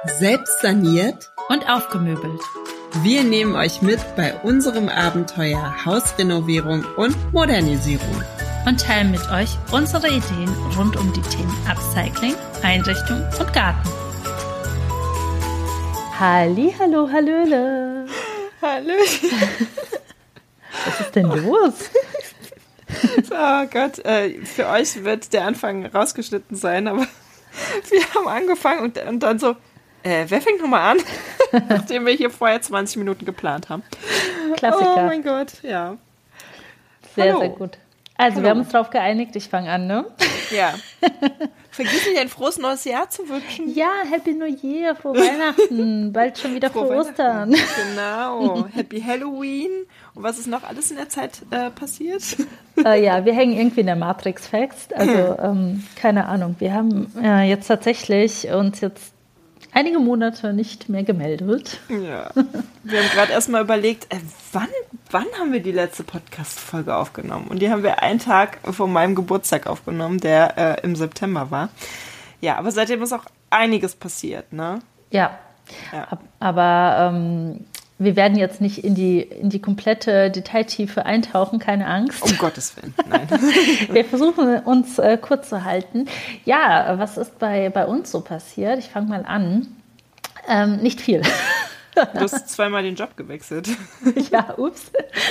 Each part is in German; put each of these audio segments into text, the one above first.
Selbst saniert und aufgemöbelt. Wir nehmen euch mit bei unserem Abenteuer Hausrenovierung und Modernisierung. Und teilen mit euch unsere Ideen rund um die Themen Upcycling, Einrichtung und Garten. Hallihallo, hallöle. Hallöchen. Was ist denn los? Oh Gott, für euch wird der Anfang rausgeschnitten sein, aber wir haben angefangen und dann so, wer fängt nochmal an? Nachdem wir hier vorher 20 Minuten geplant haben. Klassiker. Oh mein Gott, ja. Sehr, Hallo. sehr gut. Also Hallo. wir haben uns darauf geeinigt, ich fange an, ne? Ja. Vergiss nicht, ein frohes neues Jahr zu wünschen. Ja, Happy New Year, frohe Weihnachten, bald schon wieder frohe Ostern. Genau, Happy Halloween. Und was ist noch alles in der Zeit passiert? Ja, wir hängen irgendwie in der Matrix fest, also keine Ahnung. Wir haben jetzt tatsächlich uns jetzt einige Monate nicht mehr gemeldet. Ja. Wir haben gerade erstmal überlegt, wann haben wir die letzte Podcast-Folge aufgenommen? Und die haben wir einen Tag vor meinem Geburtstag aufgenommen, der im September war. Ja, aber seitdem ist auch einiges passiert, ne? Ja. Ja. Aber wir werden jetzt nicht in die komplette Detailtiefe eintauchen, keine Angst. Um Gottes Willen, nein. Wir versuchen uns kurz zu halten. Ja, was ist bei uns so passiert? Ich fange mal an. Nicht viel. Du hast zweimal den Job gewechselt. Ja, ups.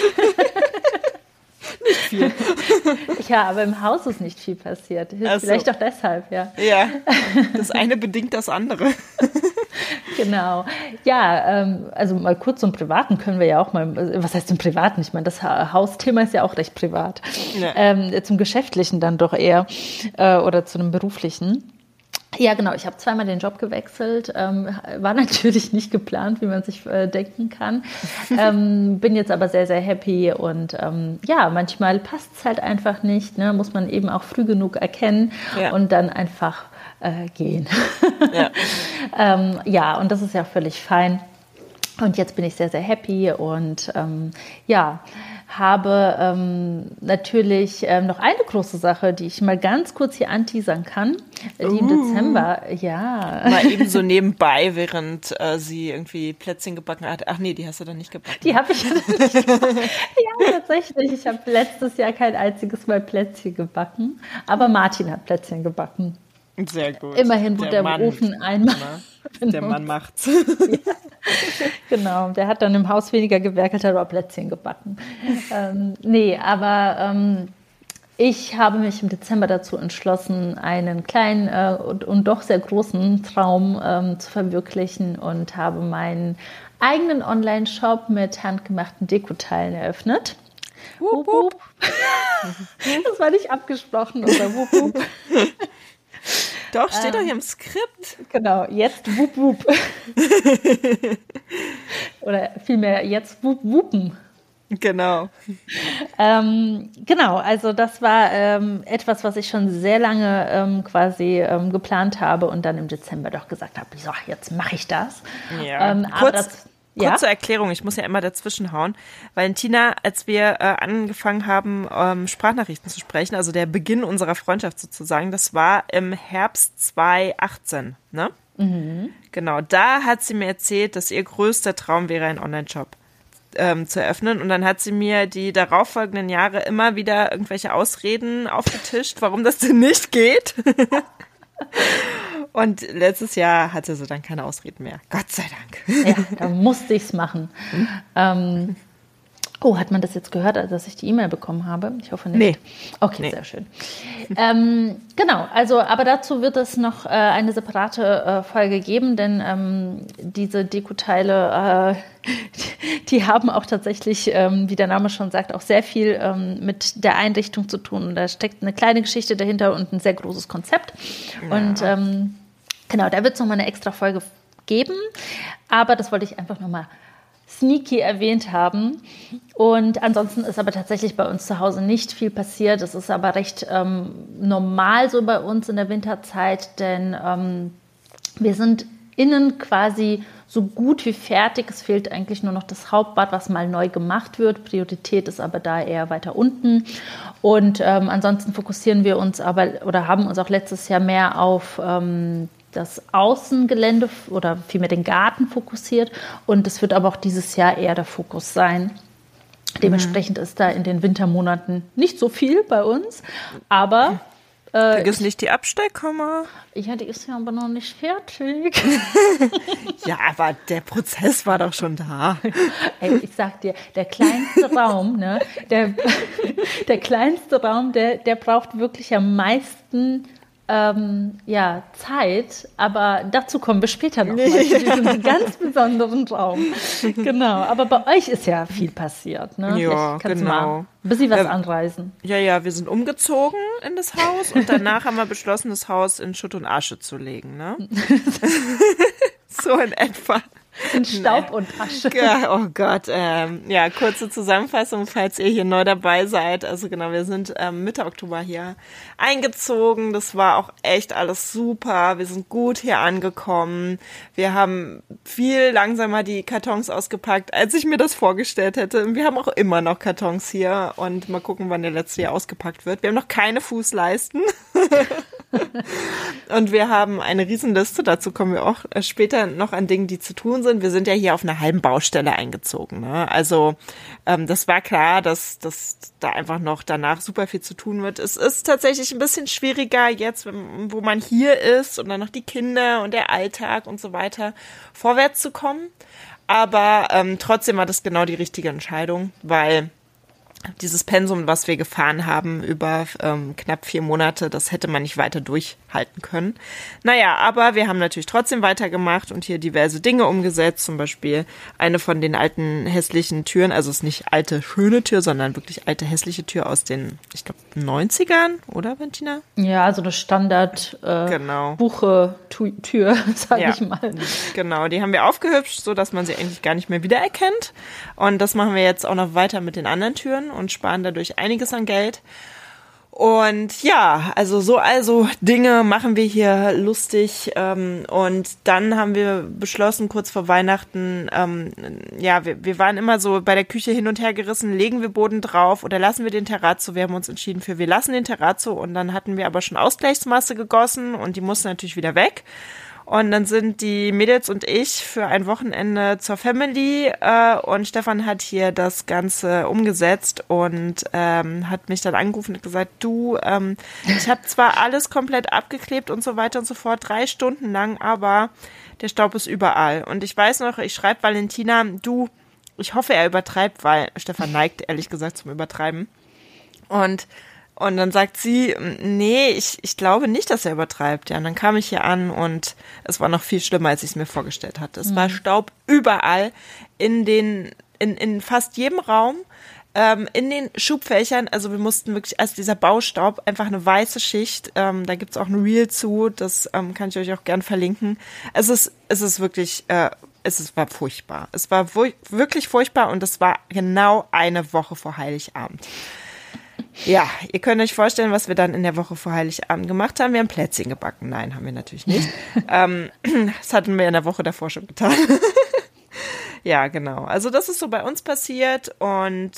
Nicht viel. Ja, aber im Haus ist nicht viel passiert. Ach so. Vielleicht auch deshalb, ja. Ja, das eine bedingt das andere. Genau. Ja, also mal kurz zum Privaten können wir ja auch mal, was heißt zum Privaten? Ich meine, das Hausthema ist ja auch recht privat. Ja. Zum Geschäftlichen dann doch eher oder zu einem Beruflichen. Ja, genau. Ich habe zweimal den Job gewechselt. War natürlich nicht geplant, wie man sich denken kann. Bin jetzt aber sehr, sehr happy. Und ja, manchmal passt es halt einfach nicht. Ne? Muss man eben auch früh genug erkennen und dann einfach gehen. Ja. Ja, und das ist ja völlig fein. Und jetzt bin ich sehr, sehr happy und ja, habe natürlich noch eine große Sache, die ich mal ganz kurz hier anteasern kann, die im Dezember, ja. Mal eben so nebenbei, während sie irgendwie Plätzchen gebacken hat. Ach nee, die hast du dann nicht gebacken. Die habe ich ja nicht gebacken. Ja, tatsächlich. Ich habe letztes Jahr kein einziges Mal Plätzchen gebacken, aber Martin hat Plätzchen gebacken. Sehr gut. Immerhin wurde der Ofen einmal. Der Mann macht's. Ja. Genau, der hat dann im Haus weniger gewerkelt, hat aber Plätzchen gebacken. Nee, aber ich habe mich im Dezember dazu entschlossen, einen kleinen und doch sehr großen Traum zu verwirklichen und habe meinen eigenen Online-Shop mit handgemachten Dekoteilen eröffnet. Wup, wup. Das war nicht abgesprochen, unser Wup, wup. Doch, steht doch hier im Skript. Genau, jetzt wup wup. Oder vielmehr jetzt wup wupen. Genau. Genau, also das war etwas, was ich schon sehr lange quasi geplant habe und dann im Dezember doch gesagt habe, so, jetzt mache ich das. Ja. Kurze Erklärung, ich muss ja immer dazwischen hauen. Valentina, als wir angefangen haben, Sprachnachrichten zu sprechen, also der Beginn unserer Freundschaft sozusagen, das war im Herbst 2018, ne? Mhm. Genau, da hat sie mir erzählt, dass ihr größter Traum wäre, einen Online-Shop zu eröffnen. Und dann hat sie mir die darauffolgenden Jahre immer wieder irgendwelche Ausreden aufgetischt, warum das denn nicht geht. Und letztes Jahr hatte sie dann keine Ausreden mehr. Gott sei Dank. Ja, da musste ich es machen. Oh, hat man das jetzt gehört, dass ich die E-Mail bekommen habe? Ich hoffe nicht. Nee. Okay, Nee. Sehr schön. Genau, also aber dazu wird es noch eine separate Folge geben, denn diese Dekoteile, die haben auch tatsächlich, wie der Name schon sagt, auch sehr viel mit der Einrichtung zu tun. Und da steckt eine kleine Geschichte dahinter und ein sehr großes Konzept. Ja. Und genau, da wird es nochmal eine extra Folge geben. Aber das wollte ich einfach nochmal sneaky erwähnt haben. Und ansonsten ist aber tatsächlich bei uns zu Hause nicht viel passiert. Es ist aber recht normal so bei uns in der Winterzeit, denn wir sind innen quasi so gut wie fertig. Es fehlt eigentlich nur noch das Hauptbad, was mal neu gemacht wird. Priorität ist aber da eher weiter unten. Und ansonsten fokussieren wir uns aber oder haben uns auch letztes Jahr mehr auf das Außengelände oder vielmehr den Garten fokussiert. Und es wird aber auch dieses Jahr eher der Fokus sein. Dementsprechend ist da in den Wintermonaten nicht so viel bei uns, aber vergiss nicht die Abstellkammer. Ja, die ist ja aber noch nicht fertig. Ja, aber der Prozess war doch schon da. Ey, ich sag dir, der kleinste Raum, ne, der kleinste Raum, der braucht wirklich am meisten Zeit, aber dazu kommen wir später noch mal zu diesem ganz besonderen Raum. Genau, aber bei euch ist ja viel passiert, ne? Ja, kannst genau. Mal ein bisschen was anreisen. Ja, wir sind umgezogen in das Haus und danach haben wir beschlossen, das Haus in Schutt und Asche zu legen, ne? So in etwa. In Staub und Asche. Ja, oh Gott. Kurze Zusammenfassung, falls ihr hier neu dabei seid. Also genau, wir sind Mitte Oktober hier eingezogen. Das war auch echt alles super. Wir sind gut hier angekommen. Wir haben viel langsamer die Kartons ausgepackt, als ich mir das vorgestellt hätte. Wir haben auch immer noch Kartons hier und mal gucken, wann der letzte hier ausgepackt wird. Wir haben noch keine Fußleisten. Und wir haben eine Riesenliste, dazu kommen wir auch später noch an Dingen, die zu tun sind. Wir sind ja hier auf einer halben Baustelle eingezogen, ne? Also das war klar, dass da einfach noch danach super viel zu tun wird. Es ist tatsächlich ein bisschen schwieriger jetzt, wo man hier ist und dann noch die Kinder und der Alltag und so weiter, vorwärts zu kommen. Aber trotzdem war das genau die richtige Entscheidung, weil dieses Pensum, was wir gefahren haben über knapp 4 Monate, das hätte man nicht weiter durchhalten können. Naja, aber wir haben natürlich trotzdem weitergemacht und hier diverse Dinge umgesetzt. Zum Beispiel eine von den alten hässlichen Türen, also es ist nicht alte schöne Tür, sondern wirklich alte hässliche Tür aus den, ich glaube, 90ern, oder Bettina? Ja, so eine Standard Buche-Tür, sage ich mal. Genau, die haben wir aufgehübscht, so dass man sie eigentlich gar nicht mehr wiedererkennt. Und das machen wir jetzt auch noch weiter mit den anderen Türen und sparen dadurch einiges an Geld. Und ja, also Dinge machen wir hier lustig. Und dann haben wir beschlossen, kurz vor Weihnachten, wir waren immer so bei der Küche hin und her gerissen, legen wir Boden drauf oder lassen wir den Terrazzo? Wir haben uns entschieden wir lassen den Terrazzo und dann hatten wir aber schon Ausgleichsmasse gegossen und die musste natürlich wieder weg. Und dann sind die Mädels und ich für ein Wochenende zur Family und Stefan hat hier das Ganze umgesetzt und hat mich dann angerufen und gesagt, du, ich habe zwar alles komplett abgeklebt und so weiter und so fort, 3 Stunden lang, aber der Staub ist überall. Und ich weiß noch, ich schreibe Valentina, du, ich hoffe, er übertreibt, weil Stefan neigt ehrlich gesagt zum Übertreiben. Und dann sagt sie, nee, ich glaube nicht, dass er übertreibt. Ja, und dann kam ich hier an und es war noch viel schlimmer, als ich es mir vorgestellt hatte. Es war Staub überall, in fast jedem Raum, in den Schubfächern. Also wir mussten wirklich, als dieser Baustaub, einfach eine weiße Schicht, da gibt's auch ein Reel zu, das kann ich euch auch gern verlinken. Es ist wirklich, war furchtbar. Es war wirklich furchtbar und es war genau eine Woche vor Heiligabend. Ja, ihr könnt euch vorstellen, was wir dann in der Woche vor Heiligabend gemacht haben. Wir haben Plätzchen gebacken. Nein, haben wir natürlich nicht. Das hatten wir in der Woche davor schon getan. Ja, genau. Also das ist so bei uns passiert und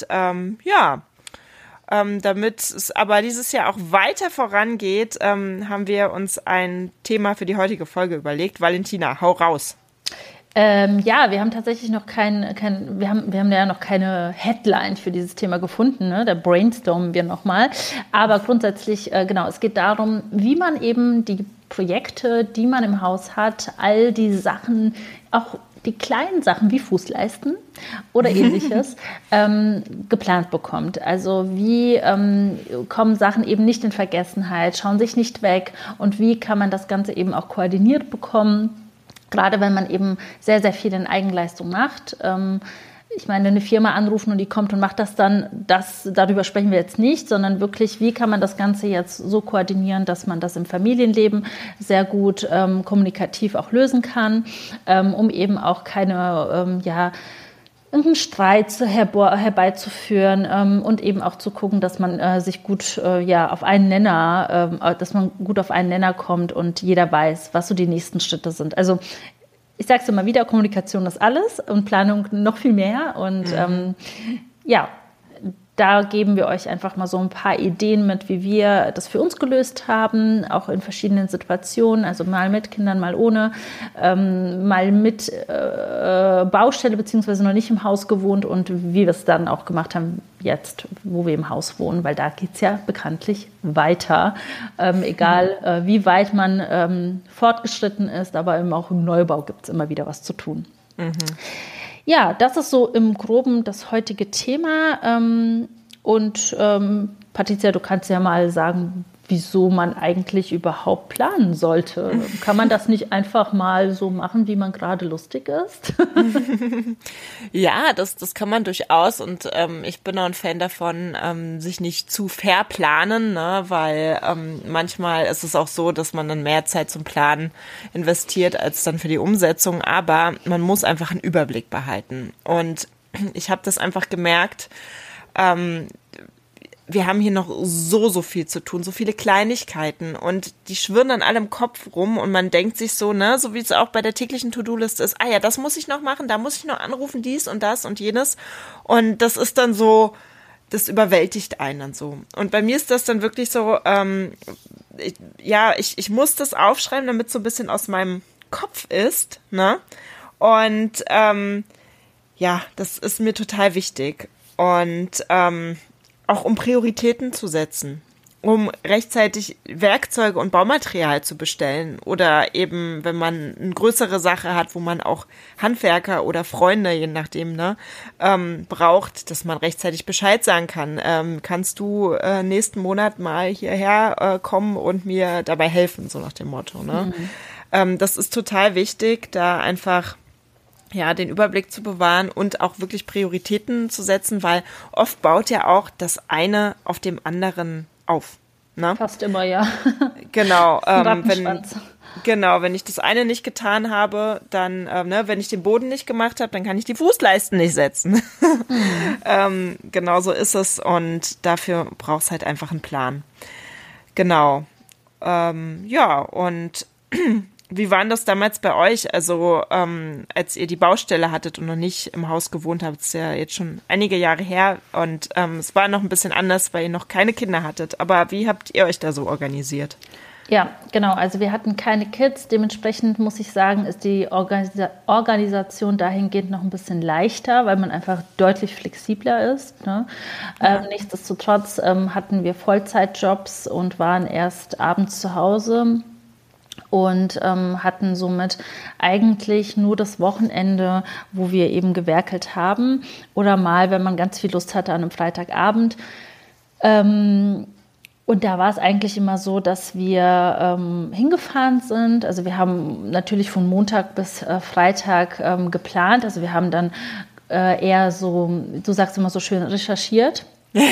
damit es aber dieses Jahr auch weiter vorangeht, haben wir uns ein Thema für die heutige Folge überlegt. Valentina, hau raus. Wir haben tatsächlich noch wir haben ja noch keine Headline für dieses Thema gefunden, ne? Da brainstormen wir nochmal. Aber grundsätzlich, es geht darum, wie man eben die Projekte, die man im Haus hat, all die Sachen, auch die kleinen Sachen wie Fußleisten oder ähnliches, geplant bekommt. Also wie kommen Sachen eben nicht in Vergessenheit, schauen sich nicht weg und wie kann man das Ganze eben auch koordiniert bekommen, gerade wenn man eben sehr, sehr viel in Eigenleistung macht. Ich meine, eine Firma anrufen und die kommt und macht das dann, darüber sprechen wir jetzt nicht, sondern wirklich, wie kann man das Ganze jetzt so koordinieren, dass man das im Familienleben sehr gut kommunikativ auch lösen kann, um eben auch keine, irgendeinen Streit herbeizuführen und eben auch zu gucken, dass man sich gut auf einen Nenner, dass man gut auf einen Nenner kommt und jeder weiß, was so die nächsten Schritte sind. Also ich sage es immer wieder, Kommunikation ist alles und Planung noch viel mehr. Und da geben wir euch einfach mal so ein paar Ideen mit, wie wir das für uns gelöst haben, auch in verschiedenen Situationen, also mal mit Kindern, mal ohne, mal mit Baustelle beziehungsweise noch nicht im Haus gewohnt und wie wir es dann auch gemacht haben jetzt, wo wir im Haus wohnen, weil da geht es ja bekanntlich weiter, egal wie weit man fortgeschritten ist, aber eben auch im Neubau gibt es immer wieder was zu tun. Mhm. Ja, das ist so im Groben das heutige Thema. Patricia, du kannst ja mal sagen, wieso man eigentlich überhaupt planen sollte. Kann man das nicht einfach mal so machen, wie man gerade lustig ist? Ja, das kann man durchaus und ich bin auch ein Fan davon, sich nicht zu verplanen, ne? Weil manchmal ist es auch so, dass man dann mehr Zeit zum Planen investiert als dann für die Umsetzung, aber man muss einfach einen Überblick behalten und ich habe das einfach gemerkt, wir haben hier noch so viel zu tun, so viele Kleinigkeiten und die schwirren dann alle im Kopf rum und man denkt sich so, ne, so wie es auch bei der täglichen To-Do-Liste ist, ja, das muss ich noch machen, da muss ich noch anrufen, dies und das und jenes und das ist dann so, das überwältigt einen dann so. Und bei mir ist das dann wirklich so, ich muss das aufschreiben, damit es so ein bisschen aus meinem Kopf ist, ne, und das ist mir total wichtig und auch um Prioritäten zu setzen, um rechtzeitig Werkzeuge und Baumaterial zu bestellen oder eben, wenn man eine größere Sache hat, wo man auch Handwerker oder Freunde, je nachdem, braucht, dass man rechtzeitig Bescheid sagen kann. Kannst du nächsten Monat mal hierher kommen und mir dabei helfen, so nach dem Motto. Ne? Mhm. Das ist total wichtig, da einfach den Überblick zu bewahren und auch wirklich Prioritäten zu setzen, weil oft baut ja auch das eine auf dem anderen auf. Ne? Fast immer, ja. Genau. Wenn ich das eine nicht getan habe, dann, wenn ich den Boden nicht gemacht habe, dann kann ich die Fußleisten nicht setzen. Genau so ist es und dafür braucht es halt einfach einen Plan. Genau. Und wie war das damals bei euch? Also als ihr die Baustelle hattet und noch nicht im Haus gewohnt habt, ist ja jetzt schon einige Jahre her und es war noch ein bisschen anders, weil ihr noch keine Kinder hattet. Aber wie habt ihr euch da so organisiert? Ja, genau. Also wir hatten keine Kids. Dementsprechend muss ich sagen, ist die Organisation dahingehend noch ein bisschen leichter, weil man einfach deutlich flexibler ist. Ne? Ja. Nichtsdestotrotz hatten wir Vollzeitjobs und waren erst abends zu Hause. Und hatten somit eigentlich nur das Wochenende, wo wir eben gewerkelt haben oder mal, wenn man ganz viel Lust hatte, an einem Freitagabend. Und da war es eigentlich immer so, dass wir hingefahren sind. Also wir haben natürlich von Montag bis Freitag geplant. Also wir haben dann eher so, du sagst immer so schön, recherchiert.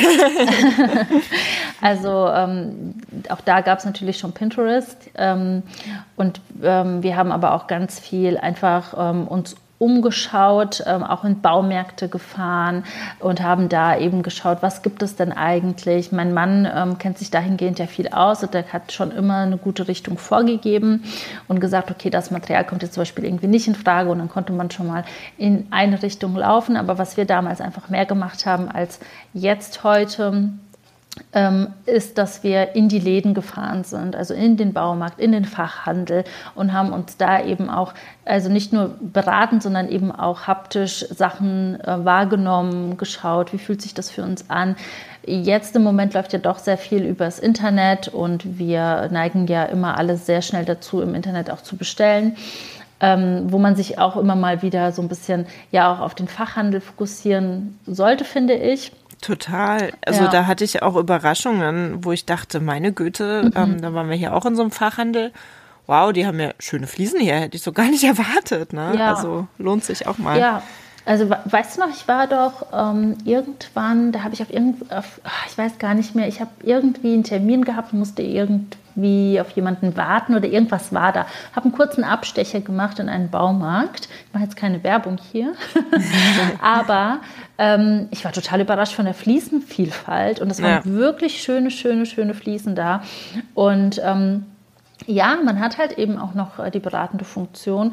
Also auch da gab es natürlich schon Pinterest und wir haben aber auch ganz viel einfach uns umgeschaut, auch in Baumärkte gefahren und haben da eben geschaut, was gibt es denn eigentlich. Mein Mann kennt sich dahingehend ja viel aus und der hat schon immer eine gute Richtung vorgegeben und gesagt, okay, das Material kommt jetzt zum Beispiel irgendwie nicht in Frage und dann konnte man schon mal in eine Richtung laufen. Aber was wir damals einfach mehr gemacht haben als jetzt heute, ist, dass wir in die Läden gefahren sind, also in den Baumarkt, in den Fachhandel und haben uns da eben auch, also nicht nur beraten, sondern eben auch haptisch Sachen wahrgenommen, geschaut, wie fühlt sich das für uns an. Jetzt im Moment läuft ja doch sehr viel übers Internet und wir neigen ja immer alle sehr schnell dazu, im Internet auch zu bestellen. Wo man sich auch immer mal wieder so ein bisschen ja auch auf den Fachhandel fokussieren sollte, finde ich. Total. Also da hatte ich auch Überraschungen, wo ich dachte, meine Güte, da waren wir hier auch in so einem Fachhandel. Wow, die haben ja schöne Fliesen hier, hätte ich so gar nicht erwartet. Ne? Ja. Also lohnt sich auch mal. Ja, also weißt du noch, ich war doch irgendwann, da habe ich ich weiß gar nicht mehr, ich habe irgendwie einen Termin gehabt, musste irgendwie auf jemanden warten oder irgendwas war da. Habe einen kurzen Abstecher gemacht in einen Baumarkt. Ich mache jetzt keine Werbung hier, aber ich war total überrascht von der Fliesenvielfalt und es waren wirklich schöne Fliesen da und ja, man hat halt eben auch noch die beratende Funktion,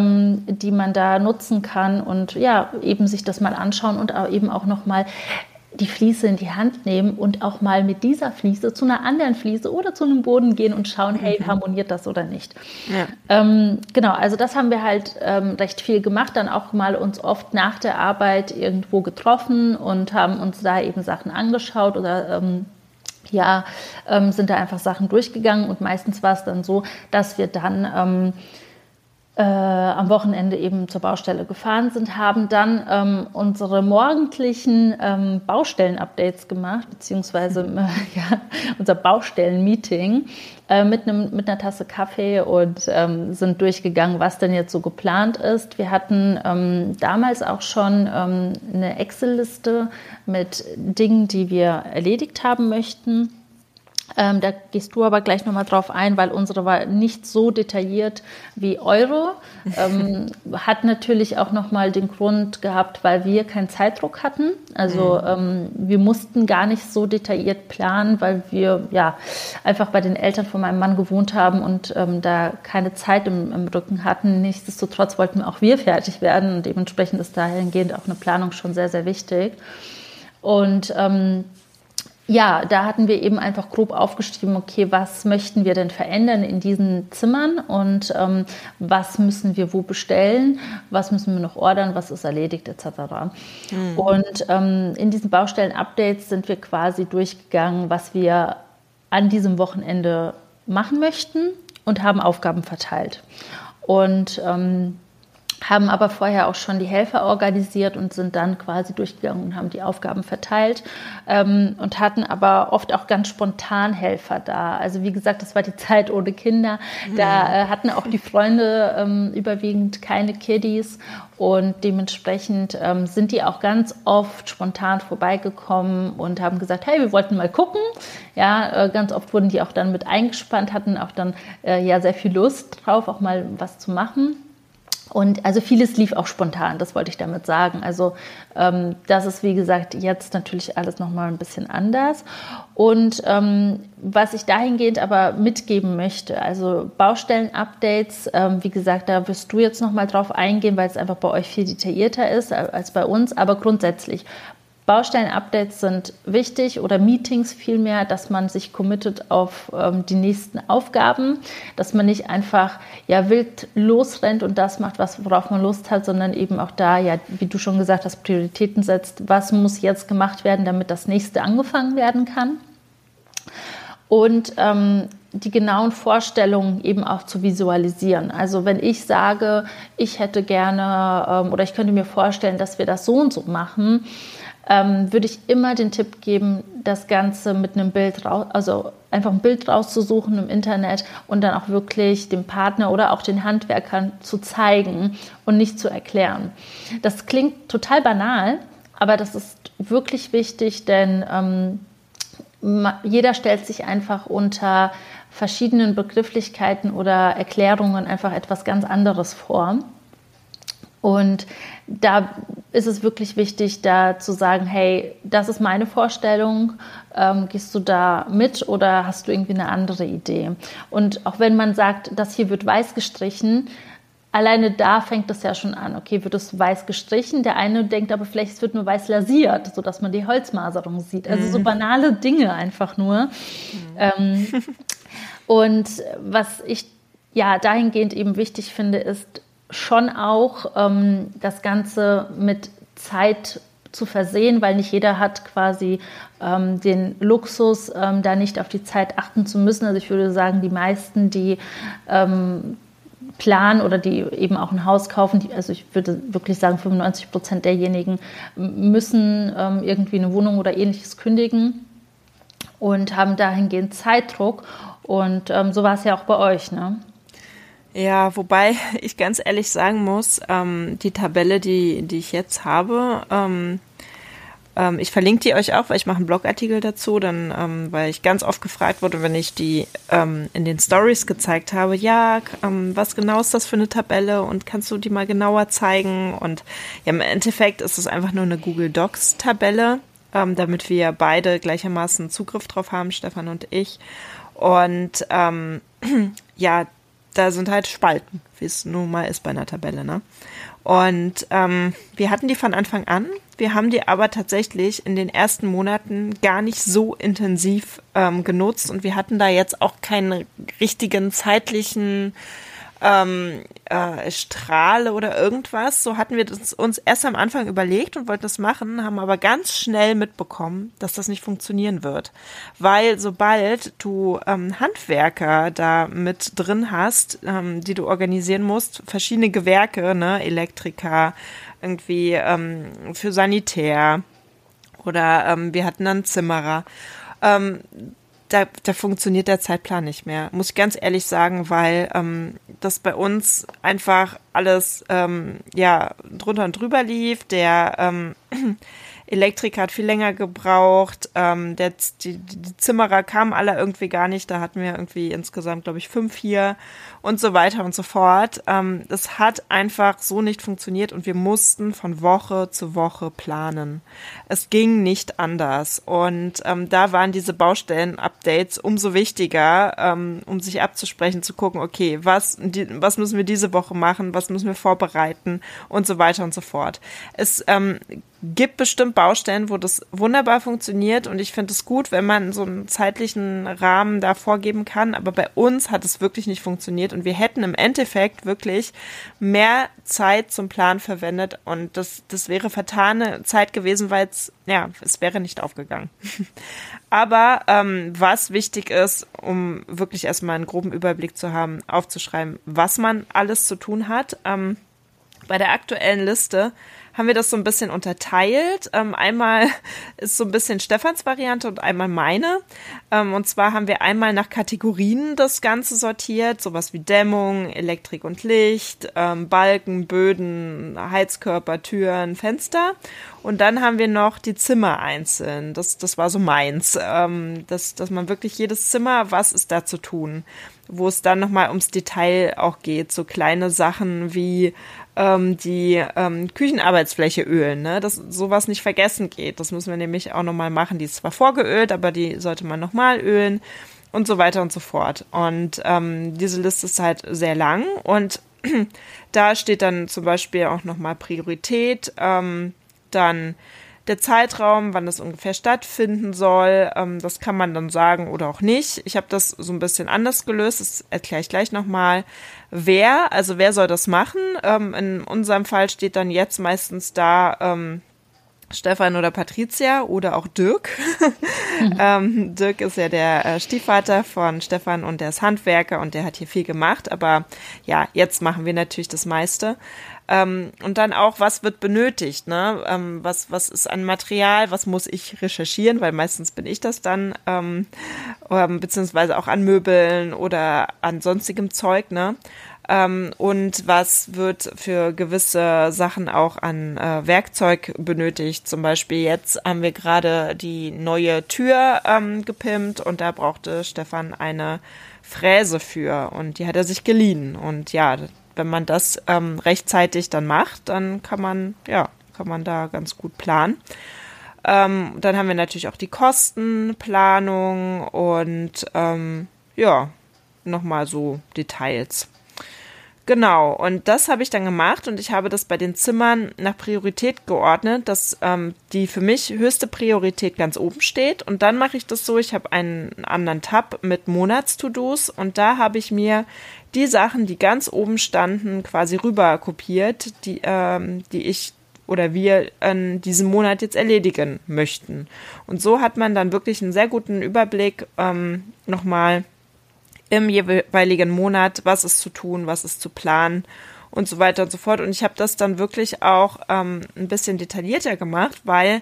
die man da nutzen kann und ja, eben sich das mal anschauen und eben auch noch mal die Fliese in die Hand nehmen und auch mal mit dieser Fliese zu einer anderen Fliese oder zu einem Boden gehen und schauen, hey, harmoniert das oder nicht? Ja. Genau, also das haben wir halt recht viel gemacht, dann auch mal uns oft nach der Arbeit irgendwo getroffen und haben uns da eben Sachen angeschaut oder sind da einfach Sachen durchgegangen und meistens war es dann so, dass wir dann am Wochenende eben zur Baustelle gefahren sind, haben dann unsere morgendlichen Baustellen-Updates gemacht, beziehungsweise unser Baustellen-Meeting mit einer Tasse Kaffee und sind durchgegangen, was denn jetzt so geplant ist. Wir hatten damals auch schon eine Excel-Liste mit Dingen, die wir erledigt haben möchten. Da gehst du aber gleich nochmal drauf ein, weil unsere war nicht so detailliert wie eure. Hat natürlich auch nochmal den Grund gehabt, weil wir keinen Zeitdruck hatten. Also wir mussten gar nicht so detailliert planen, weil wir einfach bei den Eltern von meinem Mann gewohnt haben und da keine Zeit im Rücken hatten. Nichtsdestotrotz wollten auch wir fertig werden und dementsprechend ist dahingehend auch eine Planung schon sehr, sehr wichtig. Und da hatten wir eben einfach grob aufgeschrieben, okay, was möchten wir denn verändern in diesen Zimmern und was müssen wir wo bestellen, was müssen wir noch ordern, was ist erledigt etc. Und in diesen Baustellen-Updates sind wir quasi durchgegangen, was wir an diesem Wochenende machen möchten und haben Aufgaben verteilt. Und haben aber vorher auch schon die Helfer organisiert und sind dann quasi durchgegangen und haben die Aufgaben verteilt und hatten aber oft auch ganz spontan Helfer da. Also wie gesagt, das war die Zeit ohne Kinder. Da hatten auch die Freunde überwiegend keine Kiddies und dementsprechend sind die auch ganz oft spontan vorbeigekommen und haben gesagt, hey, wir wollten mal gucken. Ja, ganz oft wurden die auch dann mit eingespannt, hatten auch dann sehr viel Lust drauf, auch mal was zu machen. Und also vieles lief auch spontan, das wollte ich damit sagen. Also das ist, wie gesagt, jetzt natürlich alles nochmal ein bisschen anders. Und was ich dahingehend aber mitgeben möchte, also Baustellen-Updates, wie gesagt, da wirst du jetzt nochmal drauf eingehen, weil es einfach bei euch viel detaillierter ist als bei uns. Aber grundsätzlich, Baustellen-Updates sind wichtig oder Meetings vielmehr, dass man sich committet auf die nächsten Aufgaben, dass man nicht einfach wild losrennt und das macht, worauf man Lust hat, sondern eben auch da, wie du schon gesagt hast, Prioritäten setzt. Was muss jetzt gemacht werden, damit das nächste angefangen werden kann? Und die genauen Vorstellungen eben auch zu visualisieren. Also wenn ich sage, ich hätte gerne oder ich könnte mir vorstellen, dass wir das so und so machen, würde ich immer den Tipp geben, das Ganze mit einem Bild also einfach ein Bild rauszusuchen im Internet und dann auch wirklich dem Partner oder auch den Handwerkern zu zeigen und nicht zu erklären. Das klingt total banal, aber das ist wirklich wichtig, denn jeder stellt sich einfach unter verschiedenen Begrifflichkeiten oder Erklärungen einfach etwas ganz anderes vor. Und da ist es wirklich wichtig, da zu sagen, hey, das ist meine Vorstellung, gehst du da mit oder hast du irgendwie eine andere Idee? Und auch wenn man sagt, das hier wird weiß gestrichen, alleine da fängt es ja schon an. Okay, wird es weiß gestrichen? Der eine denkt aber vielleicht, es wird nur weiß lasiert, sodass man die Holzmaserung sieht. Also so banale Dinge einfach nur. Und was ich dahingehend eben wichtig finde, ist, schon auch das Ganze mit Zeit zu versehen, weil nicht jeder hat quasi den Luxus, da nicht auf die Zeit achten zu müssen. Also ich würde sagen, die meisten, die planen oder die eben auch ein Haus kaufen, also ich würde wirklich sagen, 95% derjenigen müssen irgendwie eine Wohnung oder Ähnliches kündigen und haben dahingehend Zeitdruck. Und so war es ja auch bei euch, ne? Ja, wobei ich ganz ehrlich sagen muss, die Tabelle, die ich jetzt habe, ich verlinke die euch auch, weil ich mache einen Blogartikel dazu, dann, weil ich ganz oft gefragt wurde, wenn ich die in den Stories gezeigt habe, was genau ist das für eine Tabelle und kannst du die mal genauer zeigen? Und im Endeffekt ist es einfach nur eine Google Docs Tabelle, damit wir beide gleichermaßen Zugriff drauf haben, Stefan und ich. Und da sind halt Spalten, wie es nun mal ist bei einer Tabelle, ne? Und wir hatten die von Anfang an Wir haben die aber tatsächlich in den ersten Monaten gar nicht so intensiv genutzt und wir hatten da jetzt auch keinen richtigen zeitlichen Strahle oder irgendwas. So hatten wir das uns erst am Anfang überlegt und wollten das machen, haben aber ganz schnell mitbekommen, dass das nicht funktionieren wird. Weil sobald du Handwerker da mit drin hast, die du organisieren musst, verschiedene Gewerke, ne, Elektriker, irgendwie für Sanitär oder wir hatten dann Zimmerer, da funktioniert der Zeitplan nicht mehr, muss ich ganz ehrlich sagen, weil das bei uns einfach alles drunter und drüber lief. Der Elektriker hat viel länger gebraucht, die Zimmerer kamen alle irgendwie gar nicht, da hatten wir irgendwie insgesamt, glaube ich, 5 hier und so weiter und so fort. Das hat einfach so nicht funktioniert und wir mussten von Woche zu Woche planen. Es ging nicht anders und da waren diese Baustellen-Updates umso wichtiger, um sich abzusprechen, zu gucken, okay, was müssen wir diese Woche machen, was müssen wir vorbereiten und so weiter und so fort. Es gibt bestimmt Baustellen, wo das wunderbar funktioniert und ich finde es gut, wenn man so einen zeitlichen Rahmen da vorgeben kann, aber bei uns hat es wirklich nicht funktioniert und wir hätten im Endeffekt wirklich mehr Zeit zum Plan verwendet und das wäre vertane Zeit gewesen, weil es wäre nicht aufgegangen. Aber was wichtig ist, um wirklich erstmal einen groben Überblick zu haben, aufzuschreiben, was man alles zu tun hat. Bei der aktuellen Liste haben wir das so ein bisschen unterteilt. Einmal ist so ein bisschen Stefans Variante und einmal meine. Und zwar haben wir einmal nach Kategorien das Ganze sortiert, sowas wie Dämmung, Elektrik und Licht, Balken, Böden, Heizkörper, Türen, Fenster. Und dann haben wir noch die Zimmer einzeln. Das war so meins. Dass man wirklich jedes Zimmer, was ist da zu tun? Wo es dann nochmal ums Detail auch geht. So kleine Sachen wie die Küchenarbeitsfläche ölen, ne? Dass sowas nicht vergessen geht. Das müssen wir nämlich auch nochmal machen. Die ist zwar vorgeölt, aber die sollte man nochmal ölen und so weiter und so fort. Und diese Liste ist halt sehr lang und da steht dann zum Beispiel auch nochmal Priorität, dann der Zeitraum, wann das ungefähr stattfinden soll, das kann man dann sagen oder auch nicht. Ich habe das so ein bisschen anders gelöst, das erkläre ich gleich nochmal. Wer soll das machen? In unserem Fall steht dann jetzt meistens da Stefan oder Patricia oder auch Dirk. Dirk ist ja der Stiefvater von Stefan und der ist Handwerker und der hat hier viel gemacht, aber ja, jetzt machen wir natürlich das meiste. Und dann auch, was wird benötigt, ne? Was ist an Material, was muss ich recherchieren, weil meistens bin ich das dann, beziehungsweise auch an Möbeln oder an sonstigem Zeug, ne? Und was wird für gewisse Sachen auch an Werkzeug benötigt. Zum Beispiel jetzt haben wir gerade die neue Tür gepimpt und da brauchte Stefan eine Fräse für und die hat er sich geliehen. Und ja, wenn man das rechtzeitig dann macht, dann kann man da ganz gut planen. Dann haben wir natürlich auch die Kostenplanung und nochmal so Details. Genau, und das habe ich dann gemacht und ich habe das bei den Zimmern nach Priorität geordnet, dass die für mich höchste Priorität ganz oben steht. Und dann mache ich das so, ich habe einen anderen Tab mit Monats-To-Dos und da habe ich mir die Sachen, die ganz oben standen, quasi rüber kopiert, die ich oder wir in diesem Monat jetzt erledigen möchten. Und so hat man dann wirklich einen sehr guten Überblick nochmal im jeweiligen Monat, was ist zu tun, was ist zu planen und so weiter und so fort. Und ich habe das dann wirklich auch ein bisschen detaillierter gemacht, weil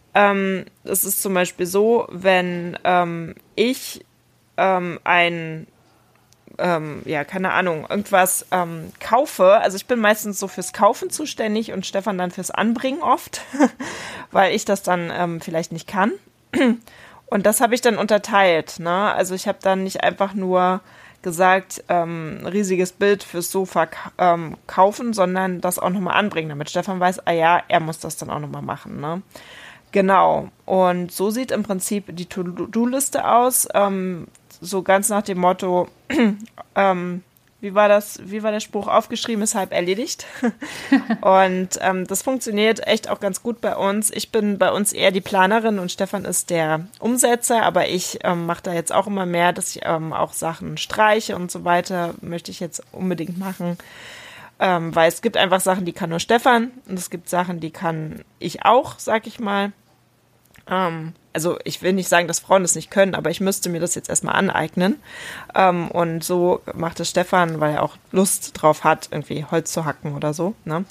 es ist zum Beispiel so, wenn ich irgendwas kaufe, also ich bin meistens so fürs Kaufen zuständig und Stefan dann fürs Anbringen oft, weil ich das dann vielleicht nicht kann. Und das habe ich dann unterteilt, ne? Also ich habe dann nicht einfach nur gesagt, riesiges Bild fürs Sofa kaufen, sondern das auch nochmal anbringen, damit Stefan weiß, er muss das dann auch nochmal machen, ne? Genau. Und so sieht im Prinzip die To-Do-Liste aus, so ganz nach dem Motto, wie war der Spruch? Aufgeschrieben ist halb erledigt. Und das funktioniert echt auch ganz gut bei uns. Ich bin bei uns eher die Planerin und Stefan ist der Umsetzer, aber ich mache da jetzt auch immer mehr, dass ich auch Sachen streiche und so weiter, möchte ich jetzt unbedingt machen. Weil es gibt einfach Sachen, die kann nur Stefan und es gibt Sachen, die kann ich auch, sag ich mal. Also ich will nicht sagen, dass Frauen das nicht können, aber ich müsste mir das jetzt erstmal aneignen. Und so macht es Stefan, weil er auch Lust drauf hat, irgendwie Holz zu hacken oder so. Ne?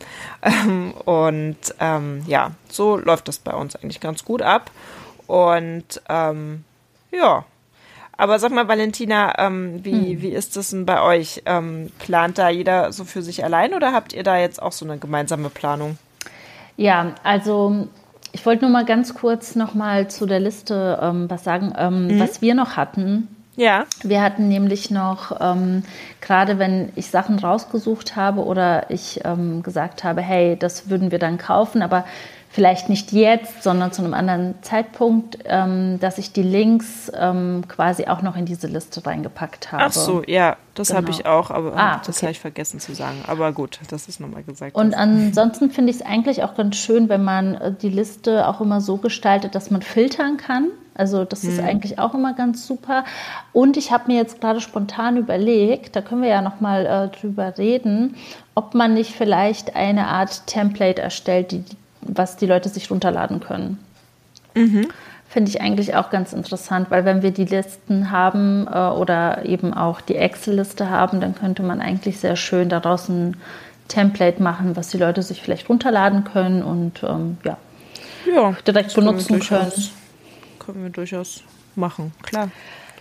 Ja, so läuft das bei uns eigentlich ganz gut ab. Und ja, aber sag mal, Valentina, wie ist das denn bei euch? Plant da jeder so für sich allein oder habt ihr da jetzt auch so eine gemeinsame Planung? Ja, also ich wollte nur mal ganz kurz noch mal zu der Liste was sagen, was wir noch hatten. Ja. Wir hatten nämlich noch, gerade wenn ich Sachen rausgesucht habe oder ich gesagt habe, hey, das würden wir dann kaufen, aber vielleicht nicht jetzt, sondern zu einem anderen Zeitpunkt, dass ich die Links quasi auch noch in diese Liste reingepackt habe. Ach so, ja, das habe ich auch, aber das okay. habe ich vergessen zu sagen. Aber gut, das ist nochmal gesagt. Und ansonsten finde ich es eigentlich auch ganz schön, wenn man die Liste auch immer so gestaltet, dass man filtern kann. Also das ist eigentlich auch immer ganz super. Und ich habe mir jetzt gerade spontan überlegt, da können wir ja nochmal drüber reden, ob man nicht vielleicht eine Art Template erstellt, was die Leute sich runterladen können. Finde ich eigentlich auch ganz interessant, weil wenn wir die Listen haben oder eben auch die Excel-Liste haben, dann könnte man eigentlich sehr schön daraus ein Template machen, was die Leute sich vielleicht runterladen können und direkt benutzen können. Können wir durchaus machen, klar.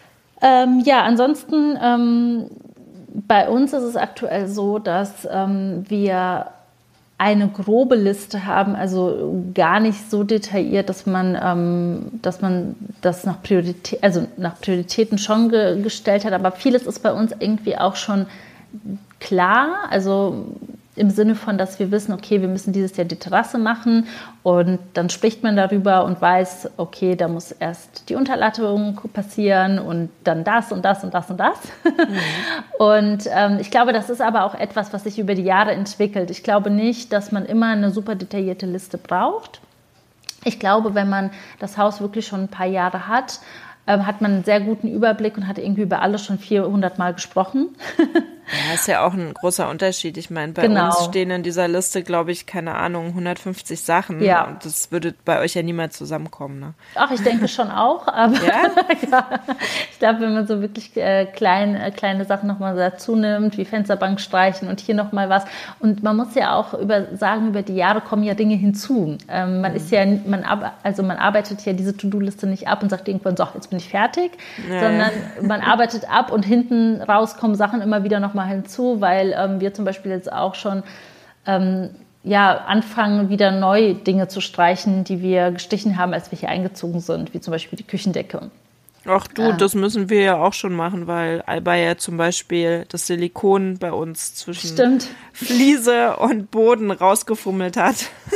Ansonsten bei uns ist es aktuell so, dass wir eine grobe Liste haben, also gar nicht so detailliert, dass man das nach Prioritäten schon gestellt hat, aber vieles ist bei uns irgendwie auch schon klar, also im Sinne von, dass wir wissen, okay, wir müssen dieses Jahr die Terrasse machen und dann spricht man darüber und weiß, okay, da muss erst die Unterlattung passieren und dann das und das und das und das. Und ich glaube, das ist aber auch etwas, was sich über die Jahre entwickelt. Ich glaube nicht, dass man immer eine super detaillierte Liste braucht. Ich glaube, wenn man das Haus wirklich schon ein paar Jahre hat, hat man einen sehr guten Überblick und hat irgendwie über alles schon 400 Mal gesprochen. Ja, ist ja auch ein großer Unterschied. Ich meine, bei uns stehen in dieser Liste, glaube ich, keine Ahnung, 150 Sachen. Ja. Und das würde bei euch ja niemals zusammenkommen, ne? Ach, ich denke schon auch. Aber ja? Ja, ich glaube, wenn man so wirklich kleine Sachen nochmal dazu nimmt, wie Fensterbank streichen und hier nochmal was. Und man muss ja auch über die Jahre kommen ja Dinge hinzu. Man arbeitet ja diese To-Do-Liste nicht ab und sagt irgendwann so, jetzt bin ich fertig, sondern man arbeitet ab und hinten raus kommen Sachen immer wieder nochmal hinzu, weil wir zum Beispiel jetzt auch schon anfangen, wieder neu Dinge zu streichen, die wir gestrichen haben, als wir hier eingezogen sind, wie zum Beispiel die Küchendecke. Ach du, das müssen wir ja auch schon machen, weil Alba ja zum Beispiel das Silikon bei uns zwischen Fliese und Boden rausgefummelt hat.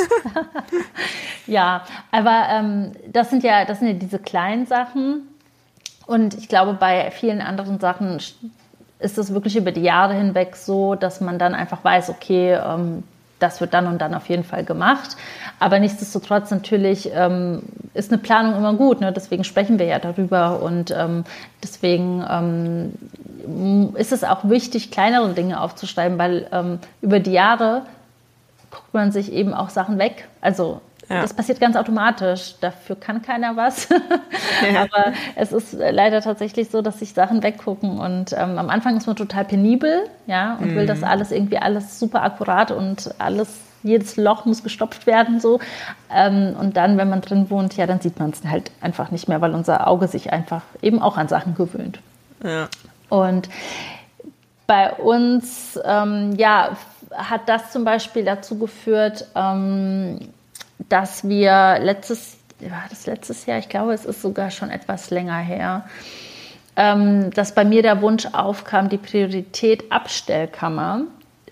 Ja, aber das sind ja diese kleinen Sachen und ich glaube, bei vielen anderen Sachen ist es wirklich über die Jahre hinweg so, dass man dann einfach weiß, okay, das wird dann und dann auf jeden Fall gemacht. Aber nichtsdestotrotz natürlich ist eine Planung immer gut, ne? Deswegen sprechen wir ja darüber und deswegen ist es auch wichtig, kleinere Dinge aufzuschreiben, weil über die Jahre guckt man sich eben auch Sachen weg. Also das passiert ganz automatisch. Dafür kann keiner was. Aber es ist leider tatsächlich so, dass sich Sachen weggucken. Und am Anfang ist man total penibel, und will das alles super akkurat und jedes Loch muss gestopft werden. So. Und dann, wenn man drin wohnt, dann sieht man es halt einfach nicht mehr, weil unser Auge sich einfach eben auch an Sachen gewöhnt. Ja. Und bei uns, hat das zum Beispiel dazu geführt, dass wir letztes Jahr, ich glaube, es ist sogar schon etwas länger her, dass bei mir der Wunsch aufkam, die Priorität Abstellkammer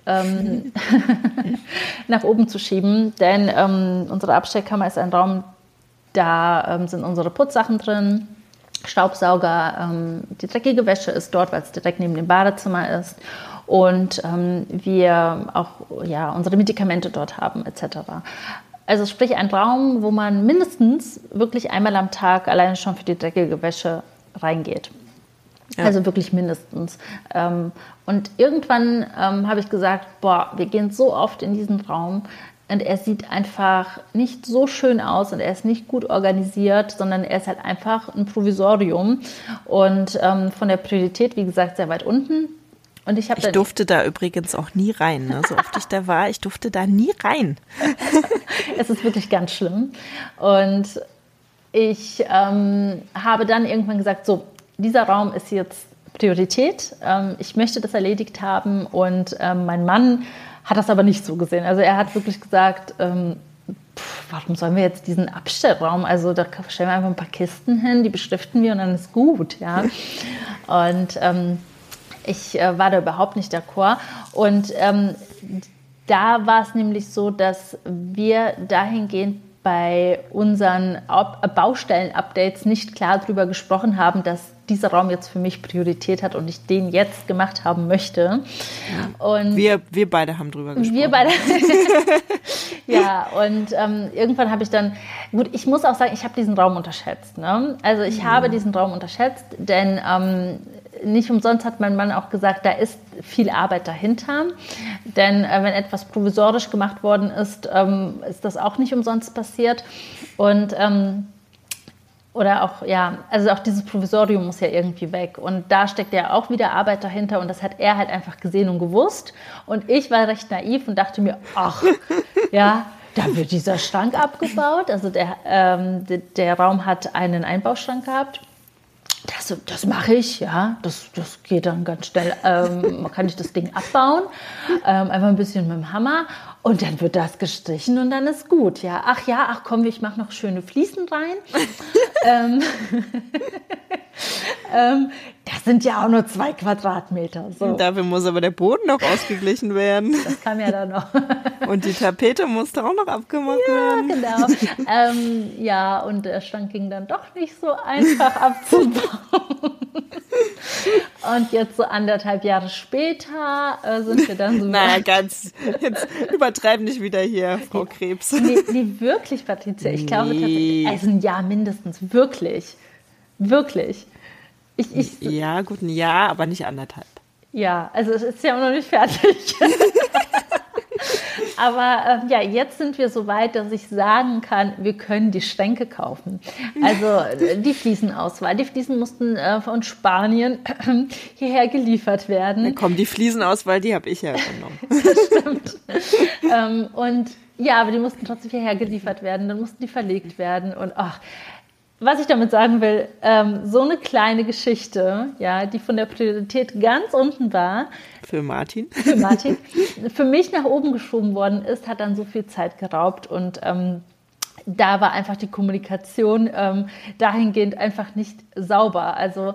nach oben zu schieben. Denn unsere Abstellkammer ist ein Raum, da sind unsere Putzsachen drin, Staubsauger, die dreckige Wäsche ist dort, weil es direkt neben dem Badezimmer ist. und wir auch unsere Medikamente dort haben etc. Also sprich ein Raum, wo man mindestens wirklich einmal am Tag alleine schon für die dreckige Wäsche reingeht. Ja. Also wirklich mindestens. Und irgendwann habe ich gesagt, wir gehen so oft in diesen Raum und er sieht einfach nicht so schön aus und er ist nicht gut organisiert, sondern er ist halt einfach ein Provisorium und von der Priorität, wie gesagt, sehr weit unten. Und ich durfte da übrigens auch nie rein, ne? So oft ich da war, ich durfte da nie rein. Es ist wirklich ganz schlimm. Und ich habe dann irgendwann gesagt, so, dieser Raum ist jetzt Priorität. Ich möchte das erledigt haben und mein Mann hat das aber nicht so gesehen. Also er hat wirklich gesagt, warum sollen wir jetzt diesen Abstellraum, also da stellen wir einfach ein paar Kisten hin, die beschriften wir und dann ist gut. Ja? Und ich war da überhaupt nicht d'accord. Und da war es nämlich so, dass wir dahingehend bei unseren Baustellen-Updates nicht klar darüber gesprochen haben, dass dieser Raum jetzt für mich Priorität hat und ich den jetzt gemacht haben möchte. Und wir beide haben drüber gesprochen. Wir beide. Ja, und irgendwann habe ich dann, ich muss auch sagen, ich habe diesen Raum unterschätzt. Ne? Also ich habe diesen Raum unterschätzt, denn nicht umsonst hat mein Mann auch gesagt, da ist viel Arbeit dahinter. Denn wenn etwas provisorisch gemacht worden ist, ist das auch nicht umsonst passiert. Und oder auch, also auch dieses Provisorium muss ja irgendwie weg. Und da steckt ja auch wieder Arbeit dahinter. Und das hat er halt einfach gesehen und gewusst. Und ich war recht naiv und dachte mir, ach, ja, da wird dieser Schrank abgebaut. Also der Raum hat einen Einbauschrank gehabt. Das mache ich, ja, das geht dann ganz schnell, kann ich das Ding abbauen, einfach ein bisschen mit dem Hammer und dann wird das gestrichen und dann ist gut, ja. Ach komm, ich mache noch schöne Fliesen rein. Das sind ja auch nur 2 Quadratmeter. So. Dafür muss aber der Boden noch ausgeglichen werden. Das kam ja dann noch. Und die Tapete musste auch noch abgemacht werden. Genau. Ja, und der Schrank ging dann doch nicht so einfach abzubauen. Und jetzt so 1,5 Jahre später sind wir dann so... jetzt übertreiben nicht wieder hier, Frau Krebs. Nee, wirklich, Patricia. Ich glaube tatsächlich, also ein Jahr mindestens. Wirklich. Wirklich. Ja, gut, ein Jahr, aber nicht 1,5. Ja, also es ist ja auch noch nicht fertig. Aber jetzt sind wir so weit, dass ich sagen kann, wir können die Schränke kaufen. Also die Fliesenauswahl. Die Fliesen mussten von Spanien hierher geliefert werden. Dann kommen die Fliesenauswahl, die habe ich ja übernommen. Das stimmt. Aber die mussten trotzdem hierher geliefert werden. Dann mussten die verlegt werden. Und was ich damit sagen will, so eine kleine Geschichte, ja, die von der Priorität ganz unten war. Für Martin. Für mich nach oben geschoben worden ist, hat dann so viel Zeit geraubt und da war einfach die Kommunikation dahingehend einfach nicht sauber. Also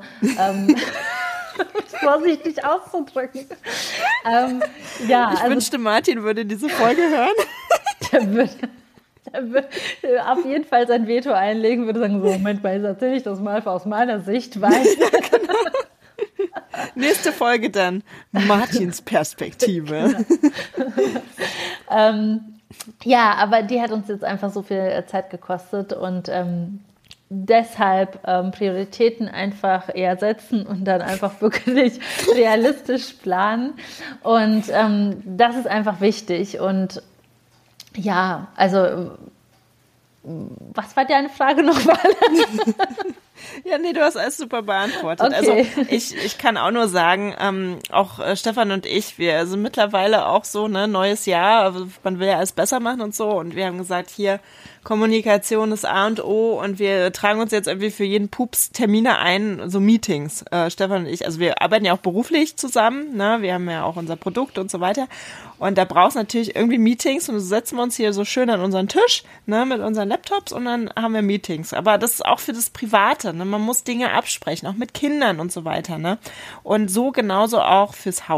vorsichtig auszudrücken. Ich wünschte, Martin würde diese Folge hören. Der würde auf jeden Fall sein Veto einlegen, würde sagen, so, Moment mal, jetzt erzähle ich das mal aus meiner Sicht weiter. Nächste Folge dann Martins Perspektive. Genau. Aber die hat uns jetzt einfach so viel Zeit gekostet und deshalb Prioritäten einfach eher setzen und dann einfach wirklich realistisch planen. Und das ist einfach wichtig. Und ja, also was war deine Frage nochmal? Ja, nee, du hast alles super beantwortet. Okay. Also ich kann auch nur sagen, auch Stefan und ich, wir sind mittlerweile auch so, ne, neues Jahr, man will ja alles besser machen und so und wir haben gesagt, hier, Kommunikation ist A und O und wir tragen uns jetzt irgendwie für jeden Pups Termine ein, so Meetings, Stefan und ich, also wir arbeiten ja auch beruflich zusammen, ne, wir haben ja auch unser Produkt und so weiter und da brauchst du natürlich irgendwie Meetings und so setzen wir uns hier so schön an unseren Tisch, ne, mit unseren Laptops und dann haben wir Meetings, aber das ist auch für das Private, ne, man muss Dinge absprechen, auch mit Kindern und so weiter, ne, und so genauso auch fürs Haus.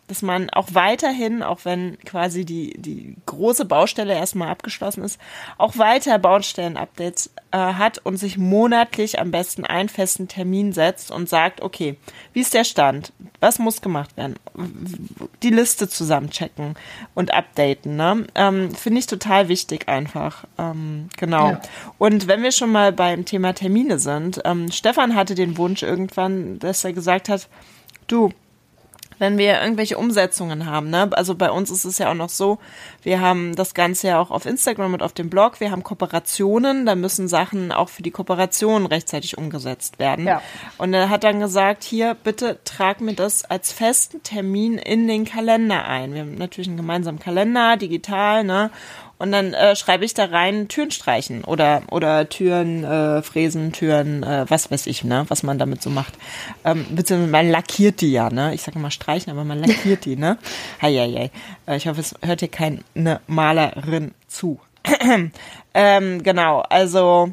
dass man auch weiterhin, auch wenn quasi die große Baustelle erstmal abgeschlossen ist, auch weiter Baustellen-Updates hat und sich monatlich am besten einen festen Termin setzt und sagt, okay, wie ist der Stand? Was muss gemacht werden? Die Liste zusammenchecken und updaten, ne? Finde ich total wichtig einfach. Genau. Ja. Und wenn wir schon mal beim Thema Termine sind, Stefan hatte den Wunsch irgendwann, dass er gesagt hat, du, wenn wir irgendwelche Umsetzungen haben, ne? Also bei uns ist es ja auch noch so, wir haben das Ganze ja auch auf Instagram und auf dem Blog, wir haben Kooperationen, da müssen Sachen auch für die Kooperation rechtzeitig umgesetzt werden. Ja. Und er hat dann gesagt, hier, bitte trag mir das als festen Termin in den Kalender ein. Wir haben natürlich einen gemeinsamen Kalender, digital, ne? Und dann schreibe ich da rein Türen streichen oder Türen fräsen, Türen, was weiß ich, ne, was man damit so macht. Beziehungsweise man lackiert die ja, ne? Ich sage immer streichen, aber man lackiert die, ne? Heieiei. Ich hoffe, es hört hier keine Malerin zu. Genau, also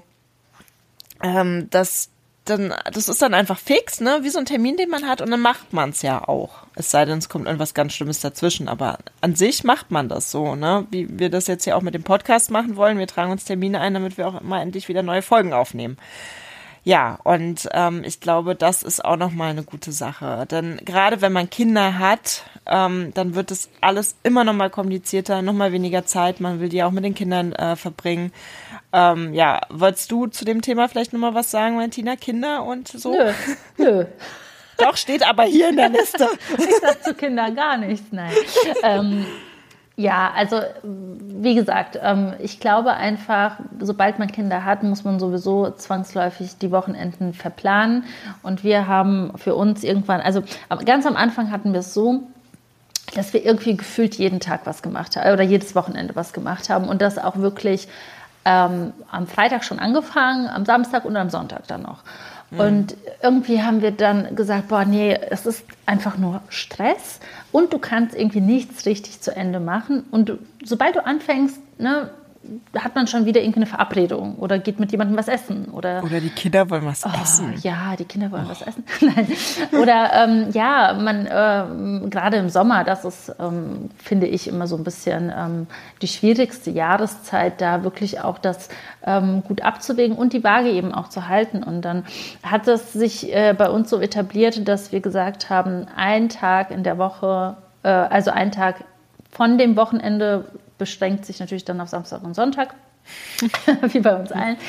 das ist dann einfach fix, ne, wie so ein Termin, den man hat, und dann macht man es ja auch. Es sei denn, es kommt irgendwas ganz Schlimmes dazwischen, aber an sich macht man das so, ne, wie wir das jetzt hier auch mit dem Podcast machen wollen. Wir tragen uns Termine ein, damit wir auch immer endlich wieder neue Folgen aufnehmen. Ja, und ich glaube, das ist auch nochmal eine gute Sache, denn gerade wenn man Kinder hat, dann wird das alles immer nochmal komplizierter, nochmal weniger Zeit, man will die auch mit den Kindern verbringen. Ja, wolltest du zu dem Thema vielleicht nochmal was sagen, Valentina, Kinder und so? Nö. Doch, steht aber hier in der Liste. Ich sag zu Kindern gar nichts, nein. Ja, also wie gesagt, ich glaube einfach, sobald man Kinder hat, muss man sowieso zwangsläufig die Wochenenden verplanen. Und wir haben für uns irgendwann, also ganz am Anfang hatten wir es so, dass wir irgendwie gefühlt jeden Tag was gemacht haben oder jedes Wochenende was gemacht haben und das auch wirklich am Freitag schon angefangen, am Samstag und am Sonntag dann noch. Und irgendwie haben wir dann gesagt, boah, nee, es ist einfach nur Stress und du kannst irgendwie nichts richtig zu Ende machen. Und sobald du anfängst, ne, hat man schon wieder irgendwie eine Verabredung oder geht mit jemandem was essen. Oder die Kinder wollen was essen. Ja, die Kinder wollen was essen. Nein. Oder ja, man gerade im Sommer, das ist, finde ich, immer so ein bisschen die schwierigste Jahreszeit, da wirklich auch das gut abzuwägen und die Waage eben auch zu halten. Und dann hat es sich bei uns so etabliert, dass wir gesagt haben, ein Tag in der Woche, also ein Tag von dem Wochenende beschränkt sich natürlich dann auf Samstag und Sonntag, wie bei uns allen.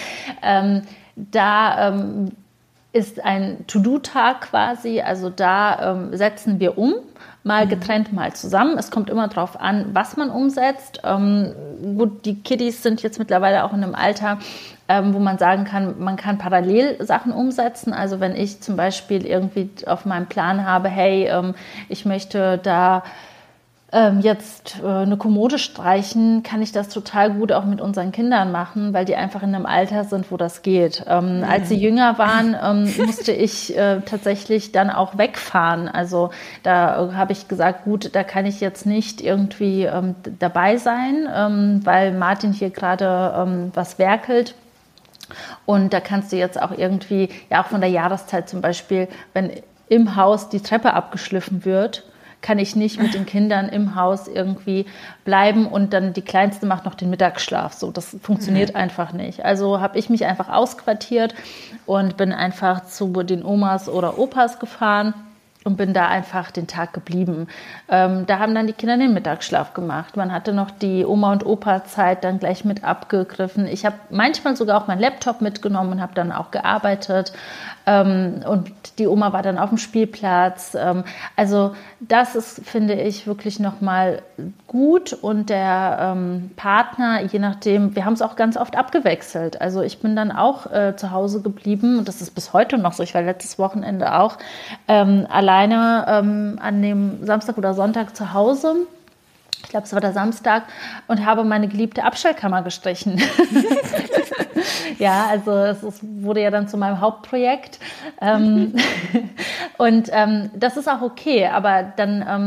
Da ist ein To-Do-Tag quasi, also da setzen wir um, mal getrennt, mal zusammen. Es kommt immer darauf an, was man umsetzt. Gut, die Kiddies sind jetzt mittlerweile auch in einem Alter, wo man sagen kann, man kann parallel Sachen umsetzen. Also wenn ich zum Beispiel irgendwie auf meinem Plan habe, hey, ich möchte da jetzt eine Kommode streichen, kann ich das total gut auch mit unseren Kindern machen, weil die einfach in einem Alter sind, wo das geht. Als sie jünger waren, musste ich tatsächlich dann auch wegfahren. Also da habe ich gesagt, gut, da kann ich jetzt nicht irgendwie dabei sein, weil Martin hier gerade was werkelt. Und da kannst du jetzt auch irgendwie, ja auch von der Jahreszeit zum Beispiel, wenn im Haus die Treppe abgeschliffen wird, kann ich nicht mit den Kindern im Haus irgendwie bleiben und dann die Kleinste macht noch den Mittagsschlaf. So, das funktioniert einfach nicht. Also habe ich mich einfach ausquartiert und bin einfach zu den Omas oder Opas gefahren und bin da einfach den Tag geblieben. Da haben dann die Kinder den Mittagsschlaf gemacht. Man hatte noch die Oma- und Opa-Zeit dann gleich mit abgegriffen. Ich habe manchmal sogar auch meinen Laptop mitgenommen und habe dann auch gearbeitet. Und die Oma war dann auf dem Spielplatz. Also das ist, finde ich, wirklich nochmal gut. Und der Partner, je nachdem, wir haben es auch ganz oft abgewechselt. Also ich bin dann auch zu Hause geblieben. Und das ist bis heute noch so. Ich war letztes Wochenende auch alleine an dem Samstag oder Sonntag zu Hause. Ich glaube, es war der Samstag und habe meine geliebte Abstellkammer gestrichen. Ja, also wurde ja dann zu meinem Hauptprojekt. Und das ist auch okay, aber dann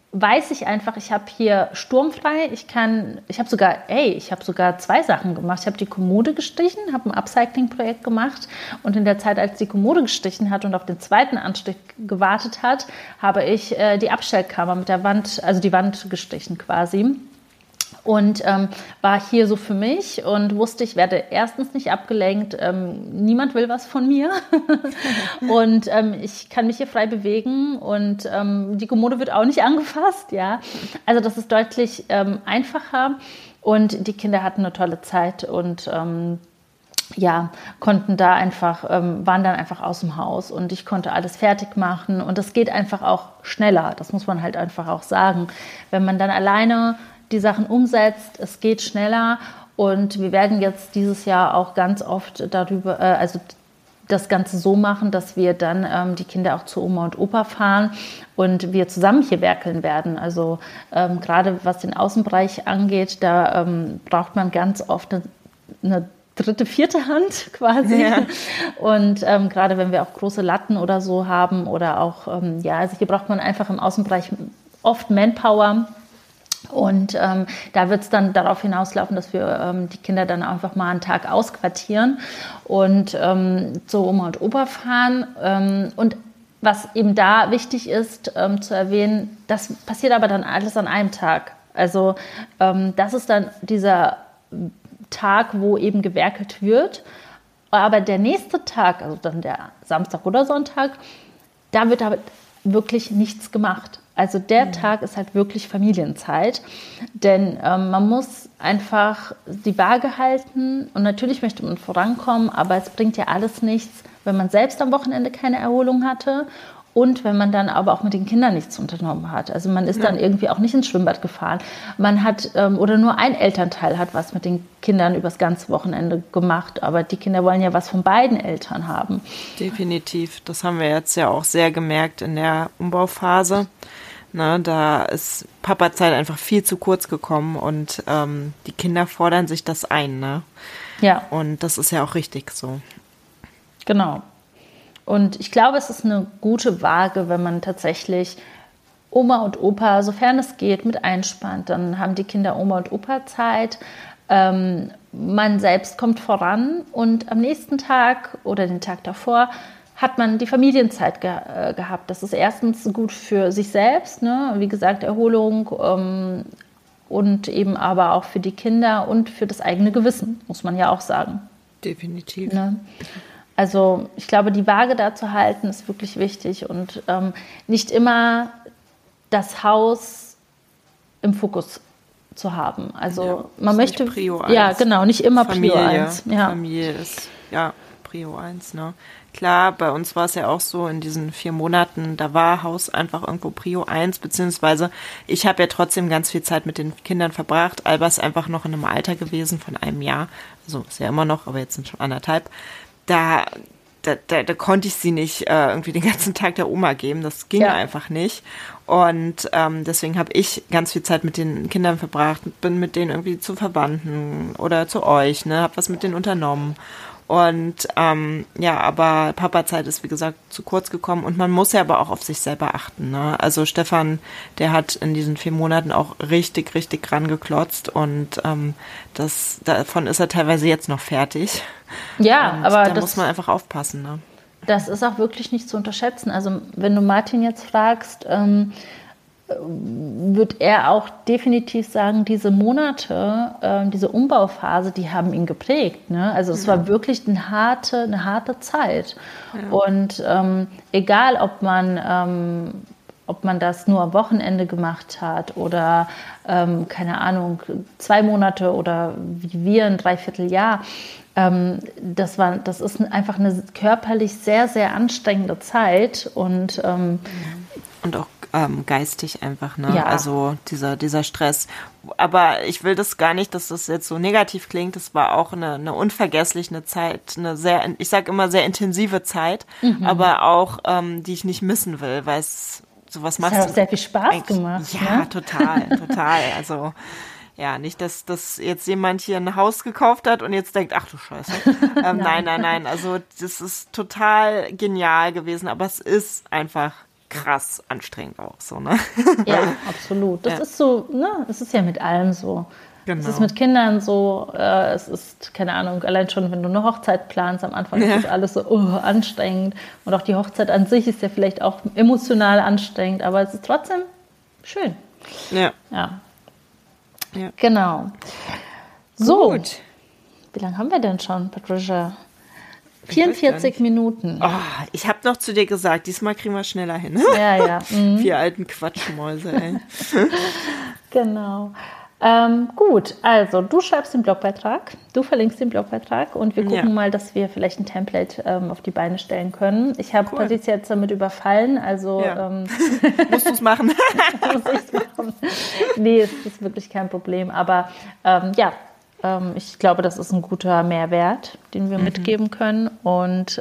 weiß ich einfach, ich habe hier sturmfrei. Ich habe sogar 2 Sachen gemacht. Ich habe die Kommode gestrichen, habe ein Upcycling-Projekt gemacht und in der Zeit, als die Kommode gestrichen hat und auf den zweiten Anstrich gewartet hat, habe ich die Abstellkammer mit der Wand, also die Wand gestrichen quasi. Und war hier so für mich und wusste, ich werde erstens nicht abgelenkt, niemand will was von mir und ich kann mich hier frei bewegen und die Kommode wird auch nicht angefasst, ja. Also das ist deutlich einfacher und die Kinder hatten eine tolle Zeit und konnten da einfach, waren dann einfach aus dem Haus und ich konnte alles fertig machen und das geht einfach auch schneller, das muss man halt einfach auch sagen. Wenn man dann alleine die Sachen umsetzt, es geht schneller und wir werden jetzt dieses Jahr auch ganz oft darüber, also das Ganze so machen, dass wir dann die Kinder auch zu Oma und Opa fahren und wir zusammen hier werkeln werden. Also gerade was den Außenbereich angeht, da braucht man ganz oft eine 3., 4. Hand quasi. Ja. Und gerade wenn wir auch große Latten oder so haben oder auch, also hier braucht man einfach im Außenbereich oft Manpower. Und da wird es dann darauf hinauslaufen, dass wir die Kinder dann einfach mal einen Tag ausquartieren und zu Oma und Opa fahren. Und was eben da wichtig ist zu erwähnen, das passiert aber dann alles an einem Tag. Also das ist dann dieser Tag, wo eben gewerkelt wird. Aber der nächste Tag, also dann der Samstag oder Sonntag, da wird aber wirklich nichts gemacht. Also der Tag ist halt wirklich Familienzeit, denn man muss einfach die Waage halten und natürlich möchte man vorankommen, aber es bringt ja alles nichts, wenn man selbst am Wochenende keine Erholung hatte und wenn man dann aber auch mit den Kindern nichts unternommen hat. Also man ist dann irgendwie auch nicht ins Schwimmbad gefahren. Man hat, oder nur ein Elternteil hat was mit den Kindern übers ganze Wochenende gemacht, aber die Kinder wollen ja was von beiden Eltern haben. Definitiv, das haben wir jetzt ja auch sehr gemerkt in der Umbauphase. Na, da ist Papa-Zeit einfach viel zu kurz gekommen und die Kinder fordern sich das ein, ne? Ja. Und das ist ja auch richtig so. Genau. Und ich glaube, es ist eine gute Waage, wenn man tatsächlich Oma und Opa, sofern es geht, mit einspannt. Dann haben die Kinder Oma und Opa Zeit. Man selbst kommt voran und am nächsten Tag oder den Tag davor hat man die Familienzeit gehabt. Das ist erstens gut für sich selbst, ne? Wie gesagt, Erholung und eben aber auch für die Kinder und für das eigene Gewissen, muss man ja auch sagen. Definitiv. Ne? Also ich glaube, die Waage da zu halten, ist wirklich wichtig und nicht immer das Haus im Fokus zu haben. Also man möchte, nicht Prio 1. Ja genau, nicht immer Familie, Prio 1. Ja. Familie ist Prio 1, ne? Klar, bei uns war es ja auch so, in diesen 4 Monaten, da war Haus einfach irgendwo Prio 1, beziehungsweise ich habe ja trotzdem ganz viel Zeit mit den Kindern verbracht. Alba ist einfach noch in einem Alter gewesen von einem Jahr, also ist ja immer noch, aber jetzt sind schon 1,5. Da konnte ich sie nicht irgendwie den ganzen Tag der Oma geben, das ging einfach nicht. Und deswegen habe ich ganz viel Zeit mit den Kindern verbracht, bin mit denen irgendwie zu Verwandten oder zu euch, ne, habe was mit denen unternommen. Und aber Papa-Zeit ist, wie gesagt, zu kurz gekommen und man muss ja aber auch auf sich selber achten, ne? Also Stefan, der hat in diesen 4 Monaten auch richtig, richtig rangeklotzt und davon ist er teilweise jetzt noch fertig. Ja, und aber da muss man einfach aufpassen, ne? Das ist auch wirklich nicht zu unterschätzen. Also wenn du Martin jetzt fragst, wird er auch definitiv sagen, diese Monate, diese Umbauphase, die haben ihn geprägt. Ne? Also es war wirklich eine harte Zeit. Ja. Und egal, ob man das nur am Wochenende gemacht hat oder, keine Ahnung, 2 Monate oder wie wir ein Dreivierteljahr, das ist einfach eine körperlich sehr, sehr anstrengende Zeit und auch geistig einfach, ne? Ja. Also dieser Stress. Aber ich will das gar nicht, dass das jetzt so negativ klingt. Das war auch eine unvergessliche Zeit, ich sag immer sehr intensive Zeit, aber auch, die ich nicht missen will, weil sowas macht. Es hat auch sehr viel Spaß gemacht. Ja, ne? total. Also ja, nicht, dass jetzt jemand hier ein Haus gekauft hat und jetzt denkt, ach du Scheiße. Nein. Also das ist total genial gewesen, aber es ist einfach krass anstrengend auch so, ne? Ja, absolut. Das ist so, ne? Es ist ja mit allem so. Genau. Es ist mit Kindern so, es ist, keine Ahnung, allein schon, wenn du eine Hochzeit planst, am Anfang ist das alles so anstrengend. Und auch die Hochzeit an sich ist ja vielleicht auch emotional anstrengend, aber es ist trotzdem schön. Ja. Genau. So. Gut. Wie lange haben wir denn schon, Patricia? 44 Minuten. Oh, ich habe noch zu dir gesagt, diesmal kriegen wir schneller hin. Ja. Mhm. 4 alten Quatschmäuse, ey. Genau. Gut, also du schreibst den Blogbeitrag, du verlinkst den Blogbeitrag und wir gucken mal, dass wir vielleicht ein Template auf die Beine stellen können. Ich habe Patricia jetzt damit überfallen, also musst du es machen? Muss ich es machen? Nee, es ist wirklich kein Problem, aber ich glaube, das ist ein guter Mehrwert, den wir mitgeben können und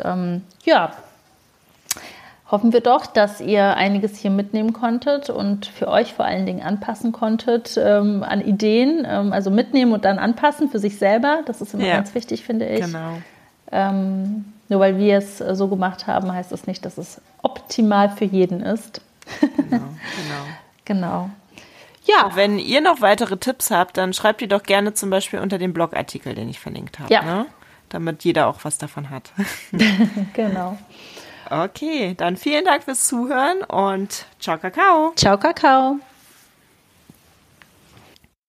hoffen wir doch, dass ihr einiges hier mitnehmen konntet und für euch vor allen Dingen anpassen konntet an Ideen. Also mitnehmen und dann anpassen für sich selber. Das ist immer ganz wichtig, finde ich. Genau. Nur weil wir es so gemacht haben, heißt das nicht, dass es optimal für jeden ist. Genau. Ja. Wenn ihr noch weitere Tipps habt, dann schreibt die doch gerne zum Beispiel unter dem Blogartikel, den ich verlinkt habe. Ja. Ne? Damit jeder auch was davon hat. Genau. Okay, dann vielen Dank fürs Zuhören und ciao, Kakao. Ciao, Kakao.